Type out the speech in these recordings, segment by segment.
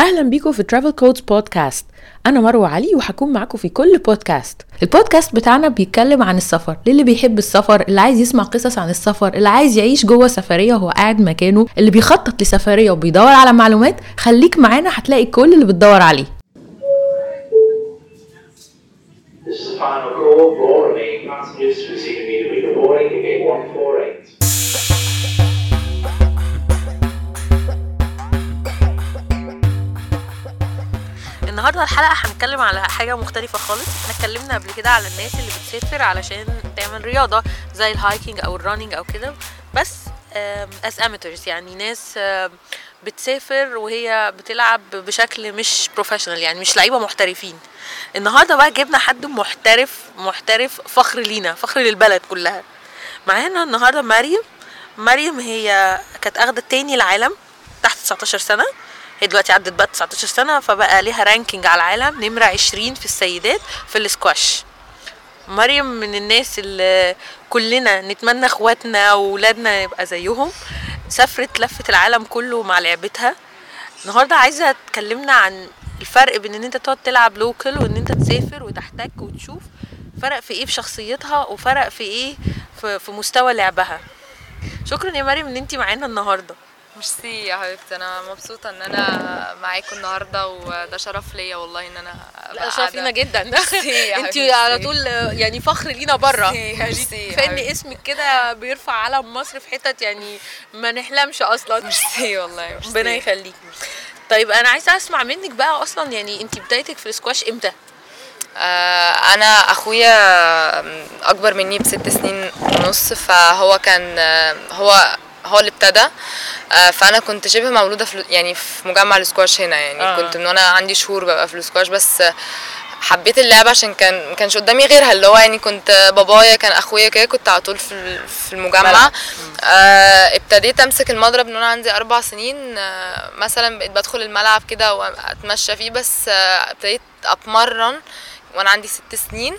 اهلا بيكم في ترافل كودز بودكاست. انا مروه علي وهكون معاكم في كل بودكاست. البودكاست بتاعنا بيتكلم عن السفر، للي بيحب السفر، اللي عايز يسمع قصص عن السفر، اللي عايز يعيش جوه سفريه وهو قاعد مكانه، اللي بيخطط لسفريه وبيدور على معلومات. خليك معانا هتلاقي كل اللي بتدور عليه. This is the final call for remaining passengers to receive immediately boarding ticket 148. النهارده الحلقه هنتكلم على حاجه مختلفه خالص. احنا اتكلمنا قبل كده على الناس اللي بتسافر علشان تعمل رياضه زي الهايكنج او الرانينج او كده، بس as amateurs، يعني ناس بتسافر وهي بتلعب بشكل مش بروفيشنال، يعني مش لعيبه محترفين. النهارده بقى جبنا حد محترف فخر لينا، فخر للبلد كلها. معانا النهارده مريم هي كانت اخده تاني العالم تحت 19 سنه. هي دلوقتي عدت بقى 19 سنة، فبقى ليها رانكينج على العالم نمرة 20 في السيدات في الاسكواش. مريم من الناس اللي كلنا نتمنى اخواتنا وولادنا يبقى زيهم. سافرت لفت العالم كله مع لعبتها. النهاردة عايزة تكلمنا عن الفرق بين ان انت تقعد تلعب لوكل وان انت تسافر وتحتك وتشوف فرق في ايه في شخصيتها وفرق في ايه في مستوى لعبها. شكرا يا مريم ان انت معانا النهارده. ميرسي يا حبيبتي، انا مبسوطه ان انا معاكم النهارده وده شرف ليا والله ان انا لا شرف لينا جدا. انت حبيبتي. على طول يعني فخر لينا بره. ميرسي فان اسمك كده بيرفع علم مصر في حتت يعني ما نحلمش اصلا. ميرسي والله. ربنا يخليك. طيب انا عايزه اسمع منك بقى، اصلا يعني انت بدايتك في السكواش امتى؟ انا اخويا اكبر مني ب6 سنين ونص، فهو كان هو اللي ابتدى. فانا كنت شبه مولوده يعني في مجمع الاسكواش هنا، يعني كنت من وانا عندي شهور ببقى في الاسكواش، بس حبيت اللعبه عشان ما كانش قدامي غيرها، اللي هو يعني كنت بابايا كان اخويا كده، كنت على طول في المجمع. ابتديت امسك المضرب من وانا عندي 4 سنين. مثلا بقيت بدخل الملعب كده واتمشى فيه، بس ابتديت اتمرن وانا عندي 6 سنين.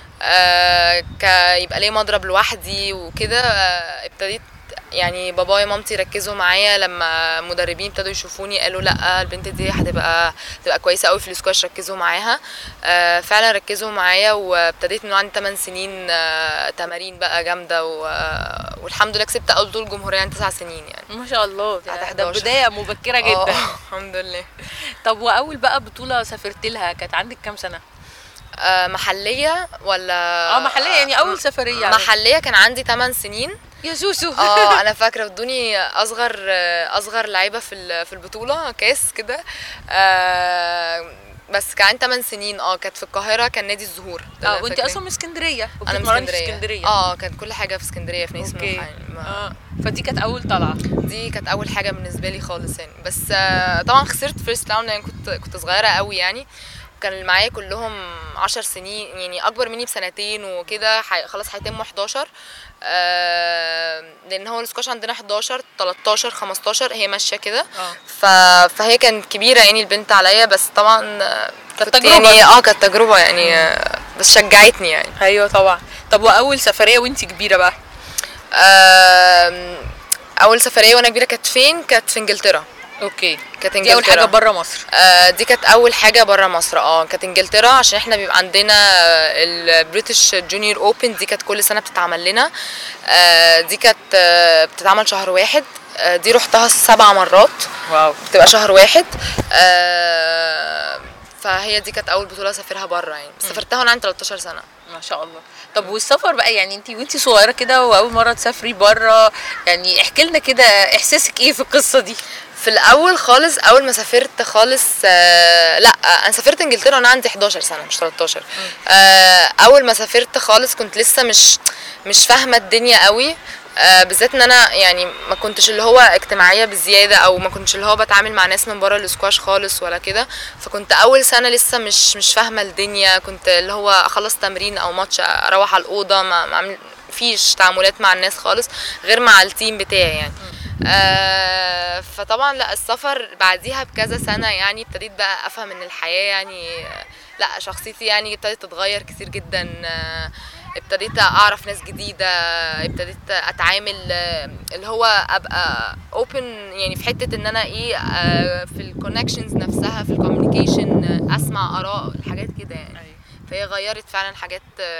يبقى ليه مضرب لوحدي وكده. ابتديت يعني بابايا مامتي ركزوا معايا لما مدربين ابتدوا يشوفوني، قالوا لا البنت دي هتبقى كويسه قوي في الاسكواش، ركزوا معاها. فعلا ركزوا معايا، وابتديت من عندي 8 سنين تمارين بقى جامده، والحمد لله كسبت اول بطوله جمهوريه عندي 9 سنين يعني. ما شاء الله، ده بدايه مبكره جدا. الحمد لله. طب واول بقى بطوله سافرت لها كانت عندك كام سنه؟ محليه ولا محليه، يعني اول سفريه يعني. محليه كان عندي 8 سنين يا سوسو. انا فاكره ادوني اصغر لعيبه في البطوله كاس كده. بس كان عندي 8 سنين. كانت في القاهره، كان نادي الزهور. وانت اصلا من اسكندريه؟ انا من اسكندريه. كانت كل حاجه في اسكندريه في نادي سموحه يعني. فدي كانت اول طلعه، دي كانت اول حاجه بالنسبه لي خالص يعني. بس طبعا خسرت فيرست راوند، يعني كنت صغيره قوي يعني. كان اللي معايا كلهم 10 سنين، يعني اكبر مني بسنتين وكده. خلاص هيتم 11. لان هو السكواش عندنا 11 13 15 هي ماشيه كده. فهي كانت كبيره يعني البنت عليا، بس طبعا كانت تجربه يعني كانت تجربه يعني. بس شجعتني يعني. ايوه طبعا. طب واول سفريه وانت كبيره بقى؟ اول سفريه وانا كبيره كانت فين؟ كانت في انجلترا. اوكي. كانت انجلترا. دي اول حاجه بره مصر؟ دي كانت اول حاجه بره مصر. كانت انجلترا، عشان احنا بيبقى عندنا البريتش جونيور اوبن، دي كانت كل سنه بتتعمل لنا. دي كانت بتتعمل شهر واحد. دي رحتها 7 مرات. واو. بتبقى شهر واحد. فهي دي كانت اول بطوله اسافرها بره يعني. سافرتها وانا عندي 13 سنه. ما شاء الله. طب والسفر بقى، يعني انت وانت صغيره كده واول مره تسافري بره، يعني احكي لنا كده احساسك ايه في القصه دي؟ في الاول خالص، اول ما سافرت خالص، لا انا سافرت انجلترا وانا عندي 11 سنه مش 13. اول ما سافرت خالص كنت لسه مش فاهمه الدنيا قوي. بالذات ان انا يعني ما كنتش اللي هو اجتماعيه بزياده، او ما كنتش اللي هو بتعامل مع ناس من بره الاسكواش خالص ولا كده. فكنت اول سنه لسه مش فاهمه الدنيا. كنت اللي هو اخلص تمرين او ماتش اروح على الاوضه، ما فيش تعاملات مع الناس خالص غير مع التيم بتاعي يعني. فطبعا لا السفر بعديها بكذا سنه يعني ابتديت بقى افهم ان الحياه يعني لا شخصيتي يعني ابتدت تتغير كتير جدا. ابتديت اعرف ناس جديده، ابتديت اتعامل اللي هو ابقى اوبن يعني في حته ان انا ايه في الكونكشنز نفسها، في الكوميونيكيشن، اسمع اراء الحاجات كده يعني. فهي غيرت فعلا حاجات،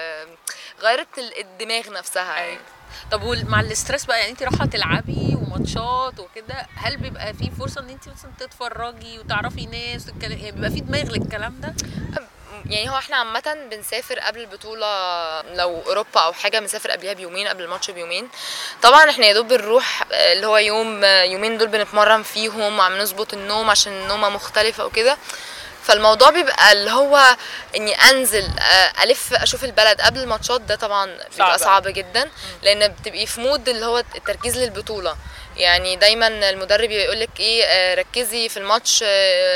غيرت الدماغ نفسها يعني. طب مع الاسترس بقى، يعني انت رايحه تلعبي وماتشات وكده، هل بيبقى في فرصه ان انت مثلا تتفرجي وتعرفي ناس يعني بيبقى في دماغ للكلام ده؟ يعني هو احنا عامه بنسافر قبل البطوله، لو اوروبا او حاجه بنسافر قبلها بيومين، قبل الماتش بيومين. طبعا احنا يا دوب بنروح اللي هو يومين دول بنتمرن فيهم، عم نظبط النوم عشان النومه مختلفه وكده. فالموضوع بيبقى اللي هو اني انزل الف اشوف البلد قبل الماتشات، ده طبعا بيبقى صعب جدا، لان بتبقي في مود اللي هو التركيز للبطوله. يعني دايما المدرب يقولك ايه، ركزي في الماتش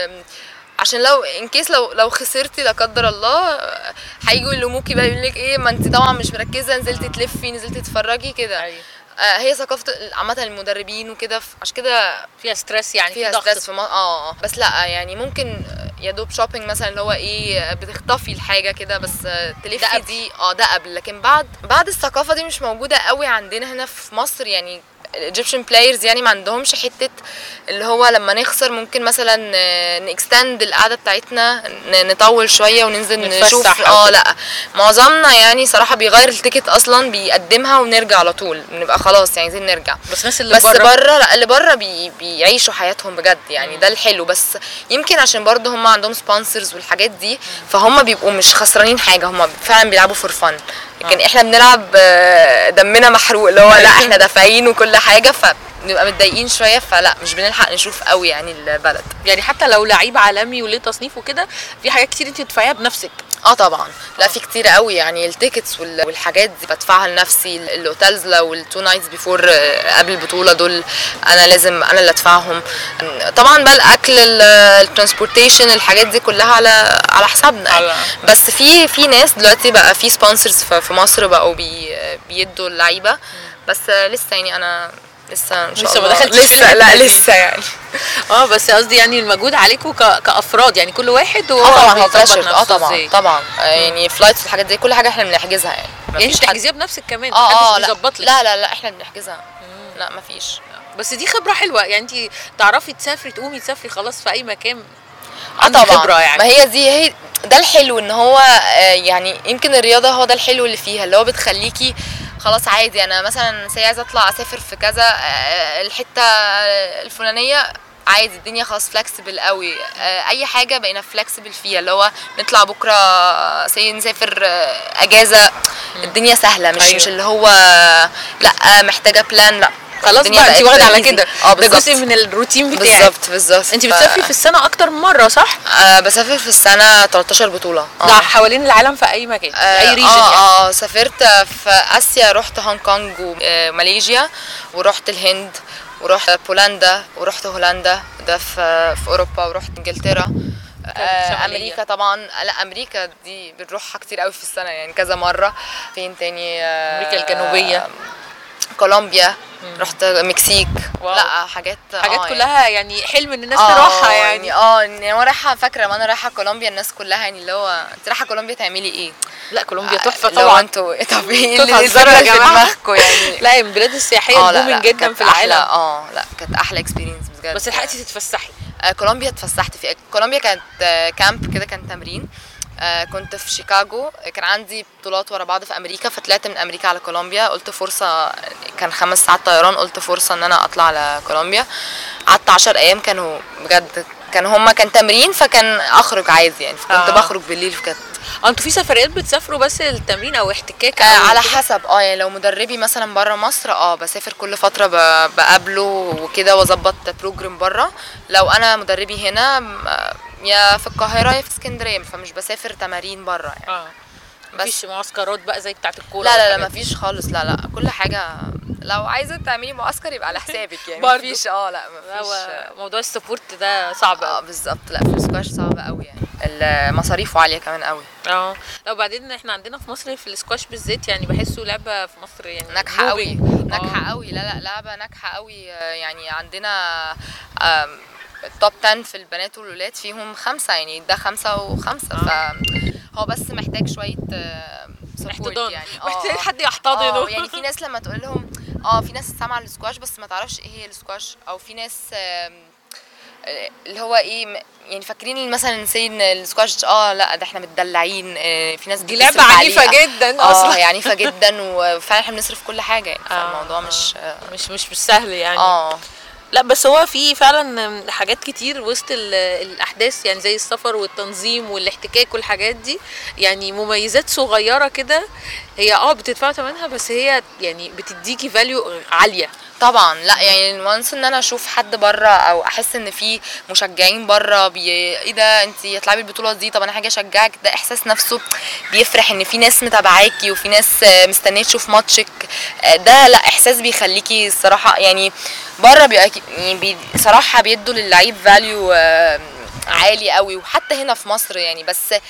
عشان لو انكيس لو خسرتي لا قدر الله هيجوا يلوموكي بقى، يقول لك ايه ما انت طبعا مش مركزه، نزلتي تلفي، نزلتي تتفرجي كده. هي ثقافه عامه المدربين وكده، عشان كده فيها ستريس، يعني فيها ستريس في بس لا يعني ممكن يا دوب شوبينج مثلا اللي هو ايه بتخطفي الحاجه كده بس تلفي دي ده قبل. لكن بعد الثقافه دي مش موجوده قوي عندنا هنا في مصر. يعني الايجيبشن بلايرز يعني ما عندهمش حته اللي هو لما نخسر ممكن مثلا نكستند القعده بتاعتنا، نطول شويه وننزل نشوف. لا معظمنا يعني صراحه بيغير التيكت اصلا، بيقدمها ونرجع على طول، بنبقى خلاص يعني عايزين نرجع. بس الناس اللي بره لا، اللي بره بيعيشوا حياتهم بجد يعني. ده الحلو، بس يمكن عشان برضه هم عندهم سبونسرز والحاجات دي، فهم بيبقوا مش خسرانين حاجه، هم فعلا بيلعبوا فور فن. لكن احنا بنلعب دمنا محروق، اللي هو لا احنا دافعين وكل حاجه، فبنبقى متضايقين شويه، فلا مش بنلحق نشوف قوي يعني البلد. يعني حتى لو لعيب عالمي وليه تصنيف وكده، في حاجات كتير انت بتدفعيها بنفسك. طبعا لا، في كتير قوي يعني. التيكتس والحاجات دي بدفعها لنفسي. الاوتيلز لو التو نايتس بيفور قبل البطوله دول انا لازم انا اللي ادفعهم. طبعا بقى الاكل، الترانسبورتيشن، الحاجات دي كلها على حسابنا. بس في ناس دلوقتي بقى في سبونسرز في مصر بقوا بيدوا اللعيبه، بس لسه يعني انا لسه ان شاء الله لسه يعني. بس قصدي يعني المجهود عليكم كافراد، يعني كل واحد طبعا هو بريشر. طبعا يعني فلايتس والحاجات دي كل حاجه احنا بنحجزها يعني انت بتحجزيها بنفسك كمان؟ محدش بيظبط لك؟ لا احنا بنحجزها. لا مفيش. بس دي خبره حلوه يعني، انت تعرفي تسافري تسافري خلاص في اي مكان. طبعا خبره يعني. ما هي ده الحلو، ان هو يعني يمكن الرياضه هو ده الحلو اللي فيها، اللي هو بتخليكي خلاص عادي. انا مثلا عايزه اطلع اسافر في كذا الحته الفلانيه، عادي الدنيا خلاص فلكسبل قوي. اي حاجه بقينا فلكسبل فيها، اللي هو نطلع بكره نسافر اجازه، الدنيا سهله، مش اللي هو لا محتاجه بلان. لا خلاص بقى انت واخده على كده، ده جزء من الروتين بتاعك. بالظبط. انت بتسافري في السنه اكتر من مره صح؟ بسافر في السنه 13 بطوله. ده حوالين العالم في اي مكان، اي ريجن يعني. سافرت في اسيا، رحت هونج كونج وماليزيا، ورحت الهند، ورحت بولندا، ورحت هولندا، ده في اوروبا، ورحت انجلترا. امريكا طبعا. لا امريكا دي بنروحها كتير قوي في السنه يعني كذا مره. فين تاني؟ امريكا الجنوبيه، كولومبيا، رحت مكسيك. لا حاجات كلها يعني حلم ان الناس تروحها يعني. يعني انا رايحه، فاكره وانا رايحه كولومبيا الناس كلها يعني اللي هو انت رايحه كولومبيا تعملي ايه؟ لا كولومبيا تحفه طبعا. انتوا طب ايه اللي بتهزروا يا جماعه يعني؟ لا البلاد السياحيه بومينج جدا في العالم. لا كانت احلى اكسبيرينس بجد. بس لحقتي تتفسحي؟ كولومبيا اتفسحت في كولومبيا، كانت كامب كده، كان تمرين. كنت في شيكاغو، كان عندي بطولات ورا بعض في امريكا، فطلعت من امريكا على كولومبيا. قلت فرصه، كان 5 ساعات طيران، قلت فرصه ان انا اطلع على كولومبيا. قعدت 10 ايام، كانوا بجد كان تمرين، فكان اخرج عادي يعني، فكنت بخرج بالليل. كانت انتوا في سفريات بتسافروا بس للتمرين او احتكاك على حسب يعني لو مدربي مثلا بره مصر بسافر كل فتره بقابله وكده واظبط بروجرام بره. لو انا مدربي هنا يا في القاهره يا في اسكندريه، فمش بسافر تمارين بره يعني. مفيش معسكرات بقى زي بتاعه الكوره؟ لا مفيش خالص. لا كل حاجه لو عايزه تعملي معسكر يبقى على حسابك يعني. مفيش لا مفيش. موضوع السبورت ده صعب قوي. بالظبط. لا في السكواش صعب قوي يعني، المصاريفه عاليه كمان قوي. لو بعدين احنا عندنا في مصر في السكواش بالذات يعني بحسه لعبه في مصر يعني ناجحه قوي. ناجحه قوي. لا لعبه ناجحه قوي يعني. عندنا التوب 10 في البنات والولاد فيهم 5 يعني، ده 5 و5. فهو بس محتاج شويه احتضان يعني محتاج حد يحتضنه. يعني في ناس لما تقول لهم في ناس سامعه السكواش بس ما تعرفش ايه هي السكواش، او في ناس اللي هو ايه يعني فاكرين مثلا ان السكواش لا ده احنا متدلعين، في ناس دي لعبه عنيفه جدا اصلا. هي عنيفه جدا وفعلا احنا بنصرف كل حاجه يعني فالموضوع مش سهل يعني. لا بس هو في فعلا حاجات كتير وسط الاحداث يعني زي السفر والتنظيم والاحتكاك والحاجات دي، يعني مميزات صغيره كده هي بتدفع ثمنها، بس هي يعني بتديكي فاليو عاليه طبعا. لا يعني وانس ان انا اشوف حد بره او احس ان في مشجعين بره ايه ده انت هتلعبي البطوله دي، طب انا هاجي اشجعك، ده احساس نفسه بيفرح ان في ناس متابعاكي وفي ناس مستنيه تشوف ماتشك. ده لا احساس بيخليكي الصراحه يعني بره يعني صراحه بيدوا للعيب فاليو عالي قوي، وحتى هنا في مصر يعني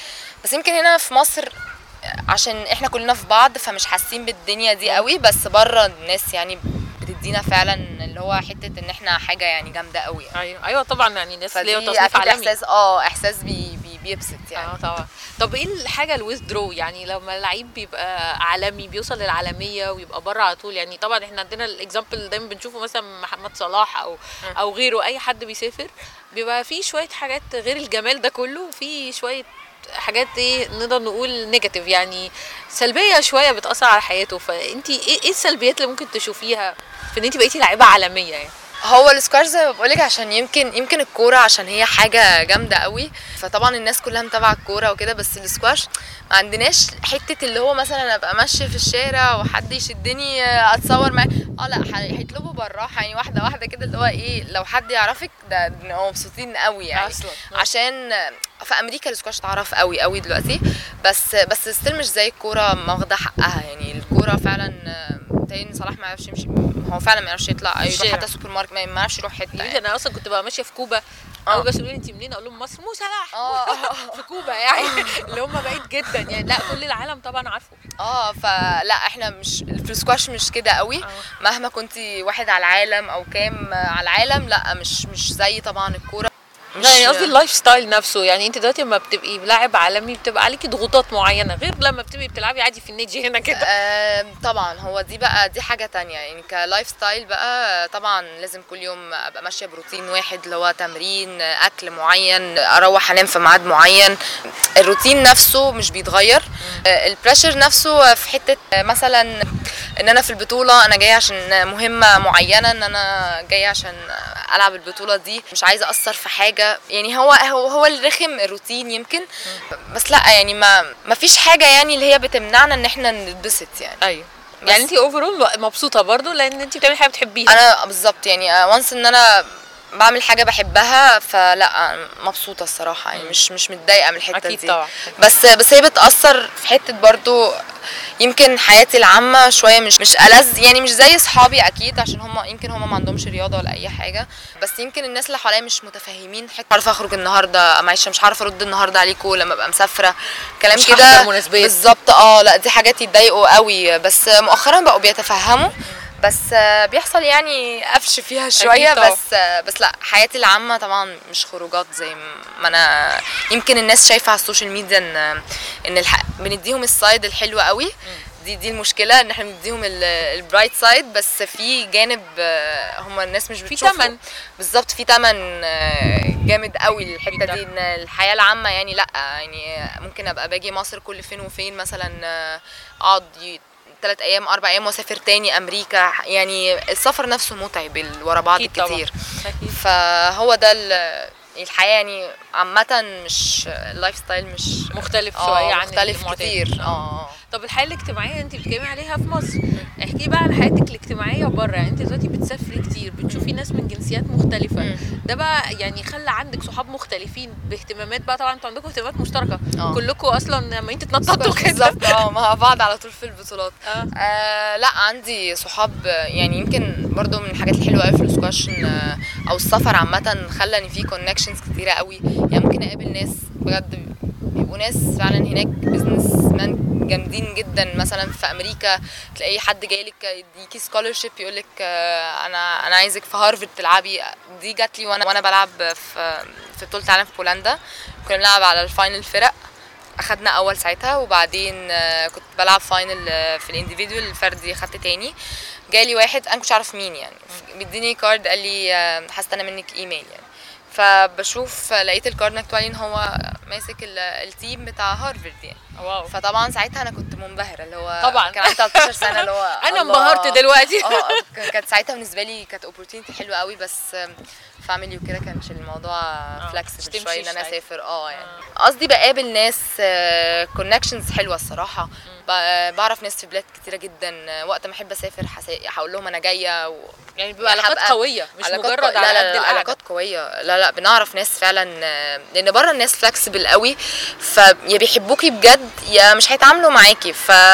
بس يمكن هنا في مصر عشان احنا كلنا في بعض فمش حاسين بالدنيا دي قوي، بس بره الناس يعني بتدينا فعلا اللي هو حته ان احنا حاجه يعني جامده قوي يعني. ايوه طبعا يعني ناس ليها تصنيف عالمي، احساس بيبسط يعني. طبعا. طب ايه الحاجه الويزدرو يعني لما اللعيب بيبقى عالمي بيوصل للعالميه ويبقى بره على طول؟ يعني طبعا احنا عندنا الاكزامبل دايما بنشوفه مثلا محمد صلاح او غيره، اي حد بيسافر بيبقى فيه شويه حاجات غير الجمال ده كله، في شويه حاجات نقدر نقول نيجاتيف يعني سلبيه شويه بتاثر على حياته. فانت ايه السلبيات اللي ممكن تشوفيها في ان انت بقيتي لاعيبه عالميه يعني؟ هو السكواش زي ما بقولك عشان يمكن الكوره عشان هي حاجه جامده قوي، فطبعا الناس كلها متابعه الكوره وكده، بس السكواش ما عندناش حته اللي هو مثلا ابقى ماشيه في الشارع وحد يشدني اتصور معاه. لا هيطلبوا بالراحه يعني واحده واحده كده اللي هو ايه لو حد يعرفك ده مبسوطين قوي يعني أصلاً. عشان في امريكا السكواش اتعرف قوي قوي دلوقتي، بس ستيل مش زي الكوره واخده حقها يعني. الكوره فعلا تاني صلاح ما يعرفش يمشي، هو فعلا ما يعرفش يطلع يروح حتى سوبر ماركت، ما يعرفش يروح حته يعني. انا اصلا كنت بقى ماشيه في كوبا او بس يقولوا لي انت منين، اقول لهم مصر، مو صلاح في كوبا يعني اللي هم بعيد جدا يعني. لا كل العالم طبعا عارفه. فلا احنا مش في السكواش مش كده قوي. مهما كنتي واحد على العالم او كام على العالم، لا مش زي طبعا الكوره. يعني قصدي اللايف ستايل نفسه، يعني انت دلوقتي لما بتبقي لاعب عالمي بتبقى عليكي ضغوطات معينه غير لما بتبقي بتلعبي عادي في النادي هنا كده. طبعا هو دي حاجه تانية يعني. كلايف ستايل بقى طبعا لازم كل يوم ابقى ماشيه بروتين واحد اللي هو تمرين، اكل معين، اروح انام في ميعاد معين. الروتين نفسه مش بيتغير. البريشر نفسه في حته مثلا ان انا في البطوله انا جايه عشان مهمه معينه، ان انا جايه عشان العب البطوله دي، مش عايزه اثر في حاجه يعني. هو الرخم الروتين يمكن، بس لا يعني ما فيش حاجه يعني اللي هي بتمنعنا ان احنا نتبسط يعني. ايوه يعني انت اوفرول مبسوطه برضو لان انت بتعملي حاجه بتحبيها. انا بالظبط يعني وانس ان انا بعمل حاجه بحبها فلا مبسوطه الصراحه يعني. مش متضايقه من الحته أكيد دي طبعا. بس هي بتاثر في حته برضو يمكن حياتي العامه شويه مش ألذ يعني، مش زي اصحابي اكيد عشان يمكن هم ما عندهمش رياضه ولا اي حاجه، بس يمكن الناس اللي حواليا مش متفاهمين حته عارفه اخرج النهارده معلش مش عارفه ارد النهارده عليكم لما ابقى مسافره كلام كده بالظبط. لا دي حاجات يتضايقوا قوي، بس مؤخرا بقوا بيتفهموا، بس بيحصل يعني قفش فيها شويه. بس لا حياتي العامه طبعا مش خروجات زي ما انا يمكن الناس شايفه على السوشيال ميديا ان بنديهم السايد الحلو قوي. دي المشكله ان احنا بنديهم البرايت سايد، بس في جانب هم الناس مش بتشوفه. في تمن بالظبط، في تمن جامد قوي الحته دي. ان الحياه العامه يعني لا يعني ممكن ابقى باجي مصر كل فين وفين مثلا اقعد 3 أيام 4 أيام واسافر تاني امريكا يعني. السفر نفسه متعب ورا بعض كتير. فهو ده الحياه يعني عامه، مش اللايف ستايل مش مختلف شويه عن مختلف كتير. طب الحياه الاجتماعيه انت بتتكلمي عليها في مصر، احكي بقى عن حياتك الاجتماعيه بره. يعني انت دلوقتي بتسافري كتير، بتشوفي ناس من جنسيات مختلفه. ده بقى يعني خلى عندك صحاب مختلفين باهتمامات بقى. طبعا انتوا عندكم اهتمامات مشتركه كلكم اصلا لما انتوا تنططوا كده بالظبط مع بعض على طول في البطولات. لا عندي صحاب يعني. يمكن برضو من الحاجات الحلوه قوي في السكواش او السفر عامه خلى ان في كونكشنز كتيره قوي يعني. ممكن اقابل ناس بجد بيبقوا ناس فعلا هناك بزنس مان جامدين جدا. مثلا في امريكا تلاقي حد جاي لك يديكي سكولرشيب يقول لك انا عايزك في هارفرد تلعبي. دي جات لي وانا بلعب في بطوله العالم في بولندا. كنا بنلعب على الفاينل فرق، اخدنا اول ساعتها، وبعدين كنت بلعب فاينل في الانديفيدوال الفردي، خدت تاني. جالي واحد انا مش عارف مين يعني، بيديني كارد قال لي هستنى منك ايميل يعني. فبشوف لقيت الكارد مكتوب عليه ان هو ماسك التيم بتاع هارفارد يعني. واو. فطبعا ساعتها انا كنت منبهره، اللي هو طبعا كان عندي 13 سنه اللي هو انا انبهرت دلوقتي. كانت ساعتها بالنسبه لي كانت اوبورتيونيتي حلوه قوي، بس فاميلي وكده كانش الموضوع فلكسبل شويه ان انا اسافر يعني. قصدي بقابل ناس كونكشنز حلوه الصراحه. بعرف ناس في بلاد كتيره جدا، وقت ما احب اسافر هقول لهم انا جايه يعني بيبقى علاقات قويه مش مجرد على قد القعده. علاقات قويه، لا بنعرف ناس فعلا، لان بره الناس فلكسبل قوي، فيا بيحبوكي بجد يا مش هيتعاملوا معاكي،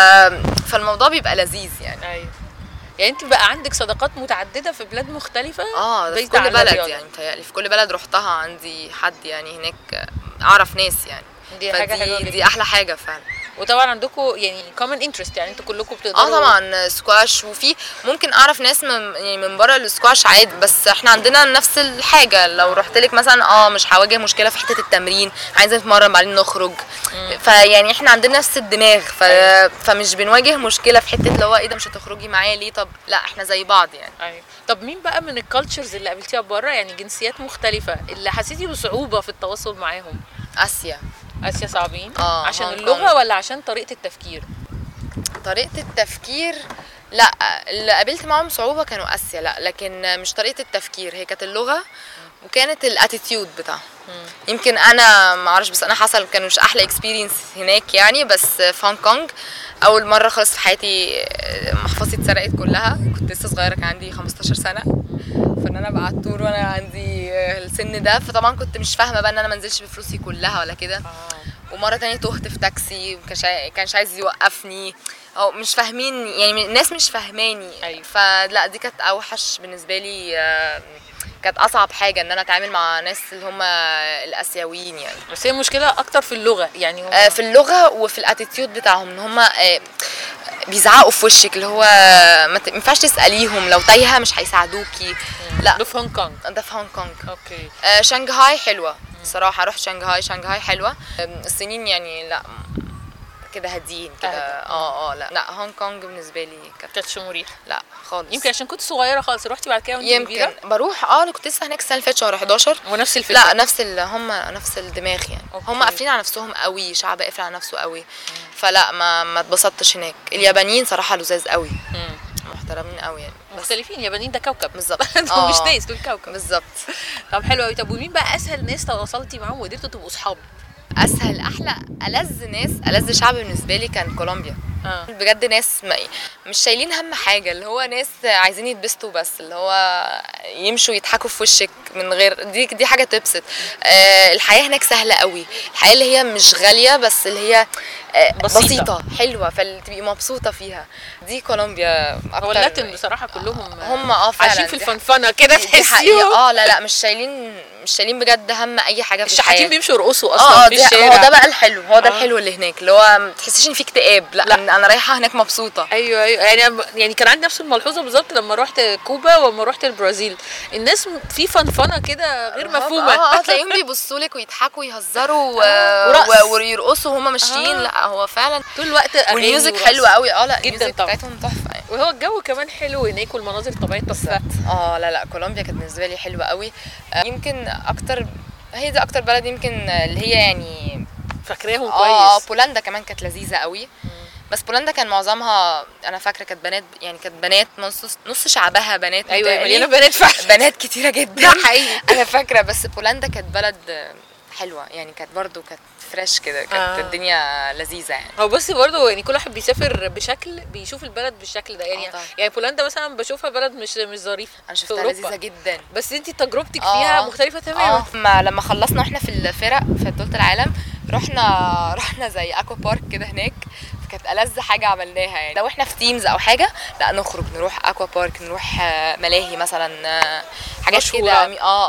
فالموضوع بيبقى لذيذ يعني. ايوه. يعني انت بقى عندك صداقات متعدده في بلاد مختلفه؟ ده في كل بلد يعني، متهيألي في كل بلد رحتها عندي حد يعني هناك، اعرف ناس يعني. دي حاجه حلوه جدا، دي احلى حاجه فعلا. وطبعا عندكم يعني common interest، يعني انتوا كلكم بتقدروا. طبعا سكواش، وفي ممكن اعرف ناس من بره السكواش عادي، بس احنا عندنا نفس الحاجه. لو رحت لك مثلا مش هواجه مشكله في حته التمرين، عايزه نتمرن بعدين نخرج. فيعني احنا عندنا نفس الدماغ، فمش بنواجه مشكله في حته اللي هو ايه ده مش هتخرجي معايا ليه، طب لا احنا زي بعض يعني. ايوه. طب مين بقى من الكالتشرز اللي قابلتيها بره، يعني جنسيات مختلفه، اللي حسيتي بصعوبه في التواصل معاهم؟ اسيا صعبين؟ عشان اللغه ولا عشان طريقه التفكير؟ طريقه التفكير لا، اللي قابلت معاهم صعوبه كانوا اسيا، لا لكن مش طريقه التفكير، هي كانت اللغه وكانت الاتيتيود بتاعهم. يمكن انا ما اعرفش، بس انا حصل كانوا مش احلى اكسبيرينس هناك يعني. بس في هونج كونج اول مره خالص في حياتي محفظتي اتسرقت كلها، كنت لسه صغيره كان عندي 15 سنه، فان انا بقى على الطور وانا عندي السن ده، فطبعا كنت مش فاهمه بقى ان انا ما انزلش بفلوسي كلها ولا كده. ومره تانية تهت في تاكسي كانش عايز يوقفني، او مش فاهمين يعني، الناس مش فاهماني. أيوة. فلا دي كانت اوحش بالنسبه لي، كانت اصعب حاجه ان انا اتعامل مع ناس اللي هم الاسيويين يعني. بس هي المشكله اكتر في اللغه يعني، في اللغه وفي الاتيتيود بتاعهم، ان هم بيزعقوا في وشك، اللي هو ما ينفعش تساليهم، لو تايهه مش هيساعدوكي. لا ده في هونج كونج. ده في هونج كونج. اوكي. شنغهاي حلوه صراحه، رحت شنغهاي حلوه. السنين يعني لا كده هاديين كده. لا هونج كونج بالنسبه لي كانتش مريحه. لا خالص. يمكن عشان كنت صغيره خالص. رحتي بعد كده وانت كبيره؟ يمكن بروح انا كنت لسه هناك السنه اللي فاتت شهر 11. ونفس الفكره؟ لا هم نفس الدماغ يعني. هم قافلين على نفسهم قوي، شعب قافل على نفسه قوي. فلا ما اتبسطتش هناك. اليابانيين صراحه لذاذ قوي، محترمين قوي يعني. مختلفين. اليابانيين ده كوكب بالظبط. مش ناس، دول كوكب بالظبط. طب حلو قوي. طب ومين بقى اسهل ناس تواصلتي معاهم وقدرتوا تبقوا اصحاب؟ اسهل احلى ألذ شعب بالنسبه لي كان كولومبيا. بجد ناس مش شايلين هم حاجه، اللي هو ناس عايزين يتبسطوا بس، اللي هو يمشوا يضحكوا في وشك من غير دي حاجه تبسط. الحياه هناك سهله قوي، الحياه اللي هي مش غاليه بس اللي هي بسيطه حلوه، فتبقي مبسوطه فيها. دي كولومبيا اكتر. هو اللاتين بصراحه كلهم هم فعلا عايشين في الفنفنه كده تحسيهم. لا مش شايلين بجد هم اي حاجه في الحياه. الشحاتين بيمشوا يرقصوا اصلا في الشارع. هو ده بقى الحلو، هو ده الحلو اللي هناك، اللي هو ما تحسيش ان في اكتئاب. لا انا رايحه هناك مبسوطه. ايوه يعني كان عندي نفس الملحوظه بالظبط لما رحت كوبا ولما رحت البرازيل. الناس في فنفنه كده غير مفهومه. تلاقيهم بيبصوا لك ويضحكوا ويهزروا ويرقصوا وهم ماشيين. لا هو فعلا طول الوقت اغاني والميوزك حلوه قوي. لا جدا طبعا بتاعتهم تحفه يعني. وهو الجو كمان حلو هناك والمناظر الطبيعيه تحفه. لا كولومبيا كانت بالنسبه لي حلوه قوي. يمكن اكتر، هي دي اكتر بلد يمكن اللي هي يعني فاكراهم كويس. بولندا كمان كانت لذيذه قوي. بس بولندا كان معظمها انا فاكره كانت بنات، يعني كانت بنات نص شعبها بنات. ايوه مليانه بنات فعلا. بنات كتيره جدا حقيقي. انا فاكره. بس بولندا كانت بلد حلوه يعني، كانت برضو كانت فريش كده، كانت الدنيا لذيذه يعني. هو بصي برضو يعني كل واحد بيسافر بشكل بيشوف البلد بالشكل ده يعني. يعني بولندا مثلا بشوفها بلد مش ظريفه. انا شفتها لذيذه جدا، بس انت تجربتك فيها مختلفه تماما. لما خلصنا واحنا في الفرق في بطوله العالم رحنا زي اكوا بارك كده هناك، كانت ألذ حاجه عملناها يعني. لو احنا في تيمز او حاجه لا نخرج نروح اكوا بارك، نروح ملاهي مثلا، حاجات كده.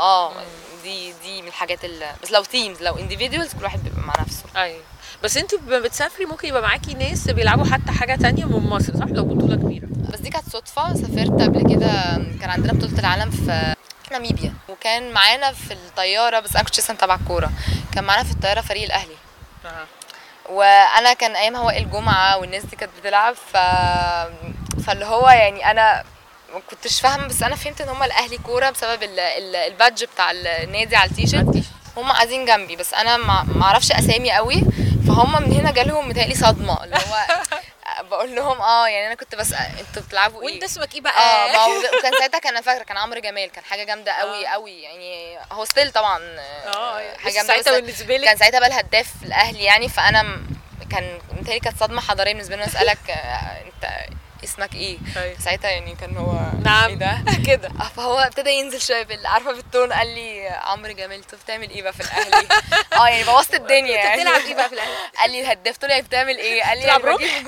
دي من الحاجات بس لو تيمز، لو انديفيدوالز كل واحد بيبقى مع نفسه. ايوه بس انتوا لما بتسافري ممكن يبقى معاكي ناس بيلعبوا حتى حاجه تانية من مصر صح؟ لو بطوله كبيره. بس دي كانت صدفه. سافرت قبل كده، كان عندنا بطوله العالم في ناميبيا، وكان معانا في الطياره، بس انا كنت لسه تبع الكوره، كان معانا في الطياره فريق الاهلي. وانا كان ايامها وائل جمعه والناس دي كانت بتلعب فاللي هو يعني انا ما كنتش فاهمه، بس انا فهمت ان هم الاهلي كوره بسبب البادج بتاع النادي على التيشيرت. هم قاعدين جنبي بس انا ما اعرفش اسامي قوي، فهم من هنا جالهم متهيألي صدمه اللي هو بقول لهم يعني انا كنت بس انتوا بتلعبوا ايه وانت اسمك ايه بقى؟ وكان ساعتها كان انا فاكره كان عمرو جمال، كان حاجه جامده قوي قوي يعني، هو ستيل طبعا حاجه جامده. ساعتها بالنسبه لك كان ساعتها بقى الهداف الاهلي يعني، فانا كان متهيألي كانت صدمه حضاريه بالنسبه لي اسالك انت اسمك ايه ساعتها يعني، كان هو نعم ايه ده كده. فهو ابتدى ينزل شويه عارفه بالتون، قال لي عمرو جمال انت بتعمل ايه بقى في الاهلي؟ يعني بوظت الدنيا يعني. بتلعب ايه بقى في الاهلي؟ قال لي الهداف. طلع بتعمل ايه؟ قال لي بتلعب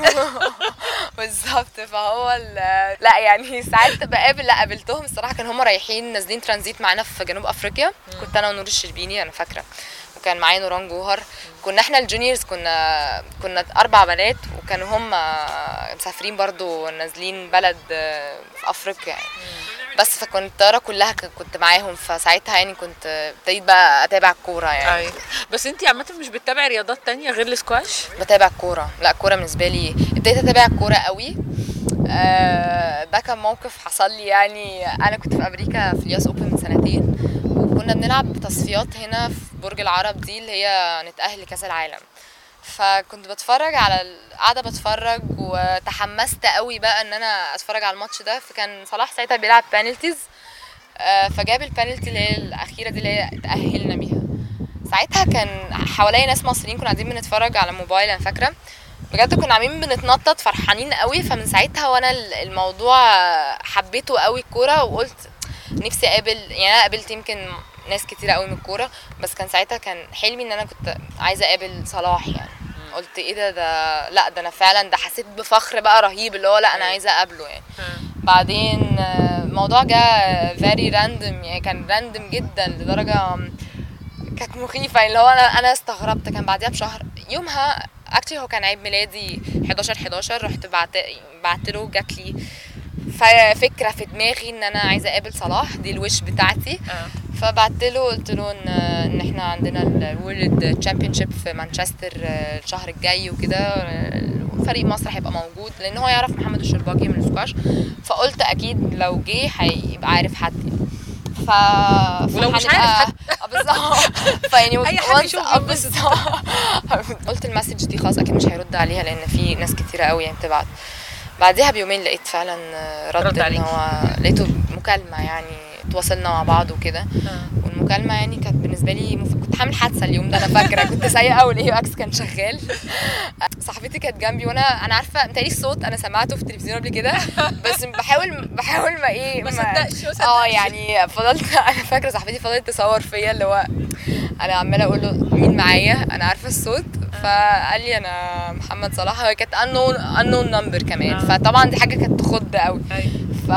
بالظبط. فهو لا يعني ساعات بقابل، لا قابلتهم الصراحه، كان هم رايحين نازلين ترانزيت معانا في جنوب افريقيا. كنت انا ونور الشربيني انا فاكره، وكان معايا نوران جوهر. كنا احنا الجونيورز كنا 4 بنات، وكانوا هم مسافرين برضو نازلين بلد في افريقيا يعني. بس فكنت الطياره كلها كنت معاهم، فساعتها يعني كنت ابتديت بقى اتابع الكوره يعني. ايوه بس انت عامه مش بتتابعي رياضات تانية غير السكواش؟ بتابع الكوره، لا الكوره بالنسبه لي ابتديت اتابع الكوره قوي. ده كان موقف حصل لي يعني. انا كنت في امريكا في الياس اوبن من 2 سنين، وكنا بنلعب تصفيات هنا في برج العرب دي اللي هي نتأهل لكاس العالم. فكنت بتفرج على قاعده بتفرج، وتحمست قوي بقى ان انا اتفرج على الماتش ده. فكان صلاح ساعتها بيلعب بانالتيز، فجاب البانالتي اللي هي الاخيره دي اللي هي اتأهلنا بيها. ساعتها كان حواليا ناس مصريين كنا قاعدين بنتفرج على موبايل انا فاكره، بجد كنا عاملين بنتنطط فرحانين قوي. فمن ساعتها وانا الموضوع حبيته قوي الكوره، وقلت نفسي اقابل يعني. انا قابلت يمكن ناس كتيره قوي من الكوره، بس كان ساعتها كان حلمي ان انا كنت عايزه اقابل صلاح يعني. قلت ايه ده لا ده انا فعلا ده حسيت بفخر بقى رهيب اللي هو لا انا عايزه اقابله يعني. بعدين الموضوع جه فيري راندم يعني، كان راندم جدا لدرجه كانت مخيفه اللي هو انا استغربت. كان بعديها بشهر يومها اكشلي هو كان عيد ميلادي 11/11، رحت بعت له، جات لي فكره في دماغي ان انا عايزه اقابل صلاح، دي الوش بتاعتي. فبعت له قلت له ان احنا عندنا الورلد تشامبيونشيب في مانشستر الشهر الجاي وكده، فريق مصر هيبقى موجود لان هو يعرف محمد الشرباجي من السكواش، فقلت اكيد لو جه هيبقى عارف حد يعني. ولو مش عارف حد بالظبط فيعني اي حد يشوف قلت المسج دي خلاص اكيد مش هيرد عليها لان في ناس كتيره قوي يعني بتبعت. بعدها بيومين لقيت فعلا رد ان هو لقيته مكالمه يعني، تواصلنا مع بعض وكده. والمكالمه يعني كانت بالنسبه لي كنت حامل حادثه اليوم ده انا فاكره، كنت سايقه قوي والاي اكس كان شغال. صاحبتي كانت جنبي وانا عارفه متهيألي الصوت انا سمعته في التلفزيون قبل كده، بس بحاول ما صدقش يعني فضلت انا فاكره صاحبتي فضلت تصور فيا اللي هو انا عماله اقول له مين معايا، انا عارفه الصوت. فقال لي انا محمد صلاح، هي كانت unknown number كمان. فطبعا دي حاجه كانت تخض قوي. ف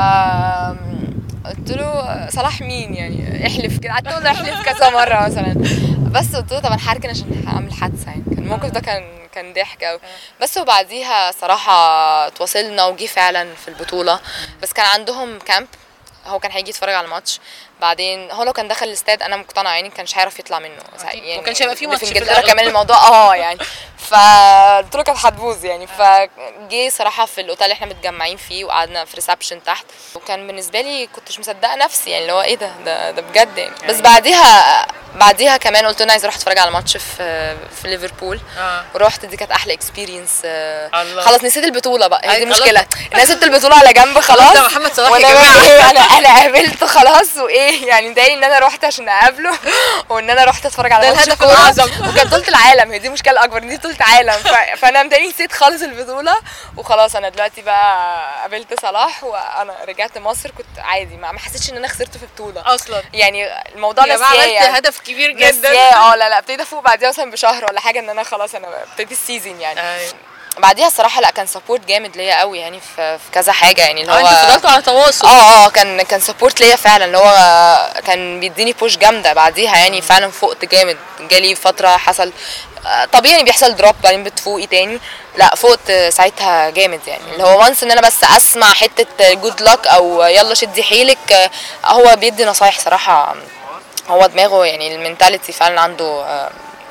قلت له صلاح مين يعني، احلف كده، قعدت اقول له احلف كذا مره مثلا، بس قلت له طب انا هركن عشان هعمل حادثه يعني. كان الموقف ده كان ضحك قوي. بس وبعديها صراحه تواصلنا وجي فعلا في البطوله، بس كان عندهم كامب، هو كان هيجي يتفرج على الماتش. بعدين هو لو كان دخل الاستاد انا مقتنعه يعني كانش هيعرف يطلع منه يعني، ما كانش هيبقى فيه ماتش في انجلترا كمان الموضوع يعني. فقلت له كانت هتبوظ يعني. فجي صراحه في الاوتيل اللي احنا متجمعين فيه، وقعدنا في ريسبشن تحت، وكان بالنسبه لي كنتش مصدقه نفسي يعني اللي هو ايه ده بجد يعني. بس بعديها كمان قلت له انا عايزه اروح اتفرج على ماتش في ليفربول. ورحت، دي كانت احلى اكسبيرينس. خلاص نسيت البطوله بقى، هي دي المشكله، نسيت البطوله على جنب خلاص. ده محمد صلاح يا جماعه، انا قابلته خلاص وايه يعني، مضايقني ان انا رحت عشان اقابله وان انا رحت اتفرج على ماتش الهدف الاعظم. وكانت بطوله العالم، هي دي المشكله الاكبر، دي بطوله عالم. فانا مضايقني نسيت خالص البطوله وخلاص. انا دلوقتي بقى قابلت صلاح وانا رجعت مصر، كنت عادي ما حسيتش ان انا خسرت في بطوله اصلا يعني. الموضوع نسياه يعني، هدف كبير جدا. لا ابتديت افوق بعديها مثلا بشهر ولا حاجه ان انا خلاص انا ابتديت السيزون يعني. بعديها الصراحه لا كان سبورت جامد ليا قوي يعني في كذا حاجه يعني اللي هو انتوا فضلتوا على تواصل. كان سبورت ليا فعلا اللي هو كان بيديني بوش جامده بعديها يعني. فعلا فقت جامد، جالي فتره حصل طبيعي بيحصل دروب بعدين بتفوقي تاني، لا فقت ساعتها جامد يعني. اللي هو وانس ان انا بس اسمع حته جود لك او يلا شدي حيلك، هو بيدي نصايح صراحه، هو دماغه يعني المينتاليتي فعلا عنده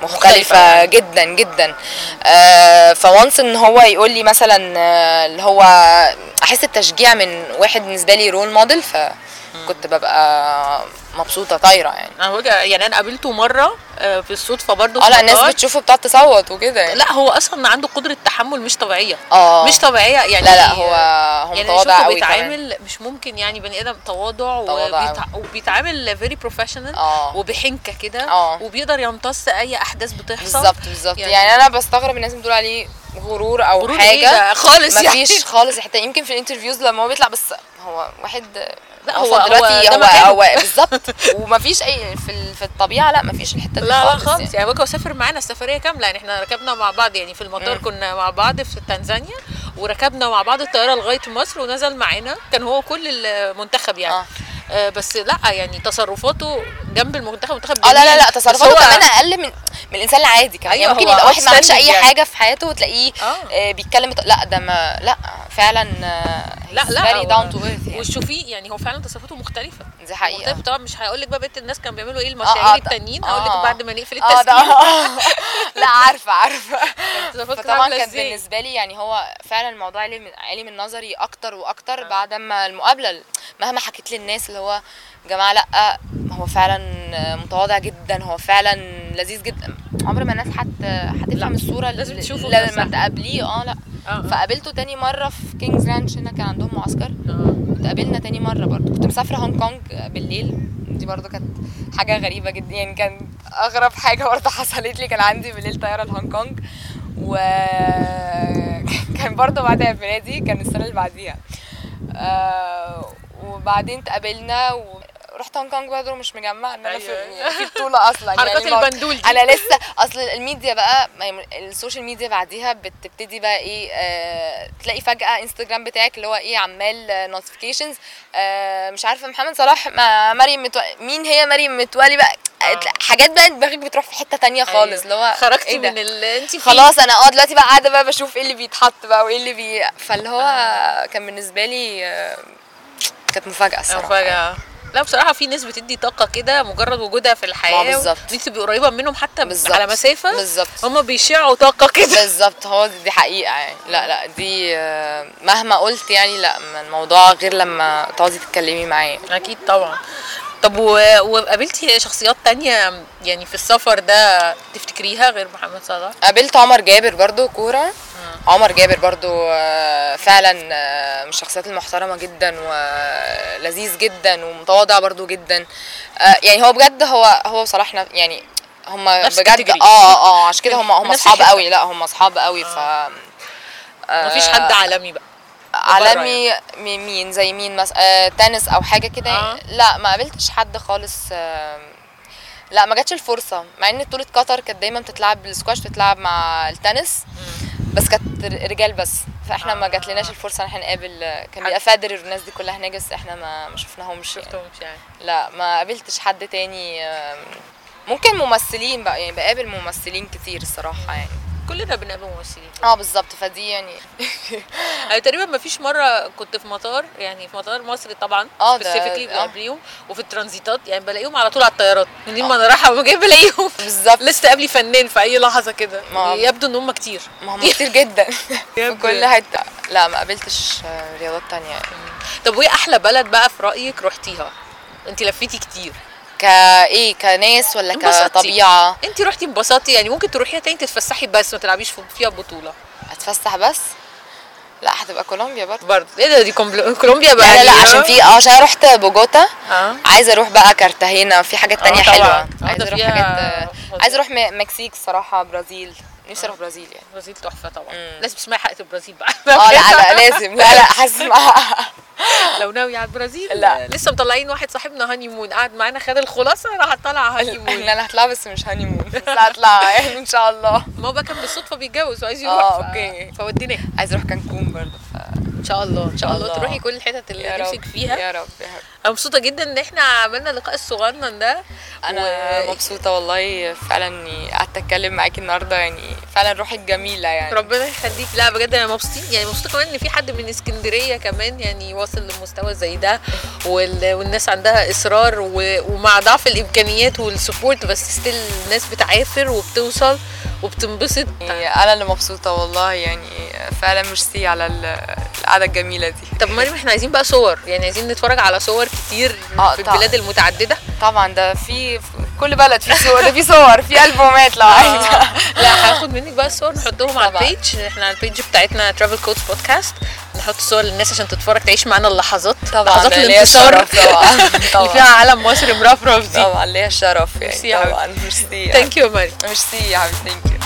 مختلفة جدا جدا. فوانس ان هو يقول لي مثلا اللي هو احس التشجيع من واحد بالنسبة لي رول موديل، فكنت ببقى مبسوطة طايرة يعني. انا قابلته مرة بالصدفة برضو لا الناس بتشوفه بتقعد تصوت وكده يعني. لا هو اصلا عنده قدرة تحمل مش طبيعية. مش طبيعية يعني. لا هو يعني متواضع قوي بيتعامل مش ممكن يعني بني ادم تواضع وبيتعامل فيري بروفيشنال وبحنكة كده وبيقدر يمتص اي احداث بتحصل. بالظبط يعني انا بستغرب الناس بتقول عليه غرور او حاجة خالص مفيش يعني. خالص حتى يمكن في الانترفيوز لما هو بيطلع، بس هو واحد لا هو دلوقتي هو بالظبط ومفيش اي في الطبيعه، لا مفيش الحته دي لا خالص يعني. هو سافر معانا السفريه كامله يعني، احنا ركبنا مع بعض يعني في المطار كنا مع بعض في تنزانيا، وركبنا مع بعض الطياره لغايه مصر ونزل معانا، كان هو كل المنتخب يعني. بس لا يعني تصرفاته جنب المنتخب لا تصرفاته كمان اقل من الانسان العادي كمان. يعني ممكن يبقى واحد ما عملش اي حاجه في حياته وتلاقيه بيتكلم لا ده ما لا فعلا لا very down to earth يعني. وشوفيه يعني هو فعلا تصرفاته مختلفه. دي حقيقه. طبعا مش هقول لك بقى بقيه الناس كانوا بيعملوا ايه المشاهير التانيين، هقول لك بعد ما نقفل التسجيل. لا عارفه طبعا كان بالنسبه لي يعني هو فعلا الموضوع عالي من نظري اكتر واكتر بعد ما المقابله مهما حكيت للناس اللي هو جماعه لا هو فعلا متواضع جدا، هو فعلا لذيذ جدا. عمر ما الناس هتفهم الصوره لازم تشوفه لما تقابليه. لا فقابلته تاني مره في كينجز رانش هنا، كان عندهم معسكر. اتقابلنا تاني مره برضو، كنت مسافره هونج كونج بالليل، دي برضو كانت حاجه غريبه جدا يعني. كان اغرب حاجه برضو حصلت لي، كان عندي بالليل طياره لهونج كونج، وكان برضو بعد عيد ميلادي، كان السنه اللي بعديها. وبعدين اتقابلنا ورحت هونج كونج برضه مش مجمع ان انا في بطوله اصلا حركات يعني البندول دي. انا لسه اصل الميديا بقى السوشيال ميديا بعديها بتبتدي بقى ايه تلاقي فجاه انستجرام بتاعك اللي هو ايه عمال نوتيفيكيشنز مش عارفه محمد صلاح مع مريم مين هي مريم متولي بقى حاجات بقى دماغك بتروح في حته تانية خالص اللي هو خرجتي من اللي انت فيه خلاص. انا دلوقتي بقى قاعده بقى بشوف ايه اللي بيتحط بقى وايه اللي فاللي هو كان بالنسبه لي كانت مفاجاه الصراحه. مفاجاه. لا بصراحه في ناس بتدي طاقه كده مجرد وجودها في الحياه. بالظبط. انت تبقي قريبه منهم حتى بالزبط. على مسافه. بالظبط. هم بيشعوا طاقه كده. بالظبط. هو دي حقيقه يعني. لا دي مهما قلت يعني لا الموضوع غير لما تقعدي تتكلمي معاه. اكيد طبعا. طب وقابلتي شخصيات تانية يعني في السفر ده تفتكريها غير محمد صلاح؟ قابلت عمر جابر برضو كورة. عمر جابر برضو فعلا من الشخصيات المحترمة جدا ولذيذ جدا ومتواضع برضو جدا. يعني هو بجد هو صلاح يعني هم بجد عشان كده هم اصحاب قوي. لا هم اصحاب قوي. مفيش حد عالمي بقى عالمي يعني. مين زي مين مثلا تنس او حاجه كده. لا ما قابلتش حد خالص. لا ما جاتش الفرصه، مع ان بطوله قطر كانت دايما بتتلعب بالسكواش، بتتلعب مع التنس بس كانت رجال بس، فاحنا ما جاتلناش الفرصه ان احنا نقابل. كان بيبقى فادر والناس دي كلها هناك بس احنا ما شفناهمش يعني. لا ما قابلتش حد تاني. ممكن ممثلين بقى يعني، بقابل ممثلين كتير الصراحه يعني. كلنا بنقابل ممثلين. بالظبط. فدي يعني تقريبا ما فيش مره كنت في مطار يعني في مطار مصر طبعا سبيسيفيكلي بقابليهم وفي الترانزيتات يعني بلاقيهم على طول على الطيارات منين ما انا رايحه جاي بلاقيهم. بالظبط. لسه قابلي فنان في اي لحظه كده. يبدو ان هم كتير. ما هم كتير جدا في كل حته. لا ما قابلتش رياضات تانية يعني. طب وايه احلى بلد بقى في رايك رحتيها؟ انت لفيتي كتير. كايه كناس ولا كطبيعه؟ انت رحتي انبسطتي يعني ممكن تروحيها تاني تتفسحي بس ما تلعبيش فيها بطوله؟ اتفسح بس؟ لا هتبقى كولومبيا برضه. ايه ده؟ دي كولومبيا بقى. لا عشان رحت بوجوتا. عايزه اروح بقى كارتاهينا، في حاجات تانية حلوه. عايزه اروح حاجات عايزه اروح مكسيك الصراحه، برازيل. نفسي اروح برازيل يعني. برازيل تحفه طبعا. لازم تسمعي حلقه البرازيل بقى. لا لازم. لا هسمعها. لو ناوي على البرازيل. لا لسه مطلعين واحد صاحبنا هاني مون قاعد معانا خد الخلاصه، راح اطلع هاني مون. انا هطلع بس مش هاني مون، بس هطلع يعني ان شاء الله. ما هو بقى كان بالصدفه بيتجوز وعايز يروح. اوكي. فوديناه. عايز اروح كانكون برضه. ان شاء الله تروحي كل الحتت اللي نفسك فيها. يا رب. انا مبسوطه جدا ان احنا عملنا اللقاء الصغنن ده. انا مبسوطه والله فعلا اني قعدت اتكلم معاكي النهارده يعني. فعلا روحك جميله يعني. ربنا يخليك. لا بجد انا مبسوطه كمان ان في حد من اسكندريه كمان يعني واصل لمستوى زي ده، والناس عندها اصرار ومع ضعف الامكانيات والسبورت بس ستيل الناس بتعافر وبتوصل وبتنبسط. انا اللي مبسوطه والله يعني فعلا. ميرسي على القعده الجميله دي. طب مريم احنا عايزين بقى صور، يعني عايزين نتفرج على صور كتير في البلاد المتعدده. طبعا ده في كل بلد في صور، ده في صور في البومات لو عايزه. لا هاخد منك بقى الصور نحطهم على البيج. احنا على البيج بتاعتنا ترافل كودز بودكاست نحط صور للناس عشان تتفرج تعيش معانا اللحظات، لحظات الانتصار اللي فيها علم مصر مرفرف دي. طبعا ليها الشرف يعني. طبعا ميرسي. ثانك يو مريم. ميرسي يا حبيبتي. ثانك يو.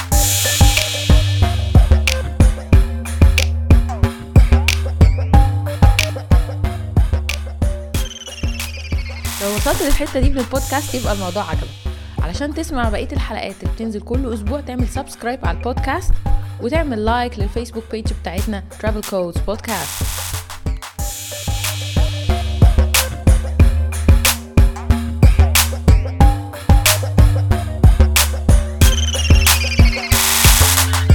لو وصلت للحته دي من البودكاست يبقى الموضوع عجبك. علشان تسمع بقيه الحلقات اللي بتنزل كل اسبوع تعمل سبسكرايب على البودكاست وتعمل لايك للفيسبوك بيج بتاعتنا Travel Codes Podcast.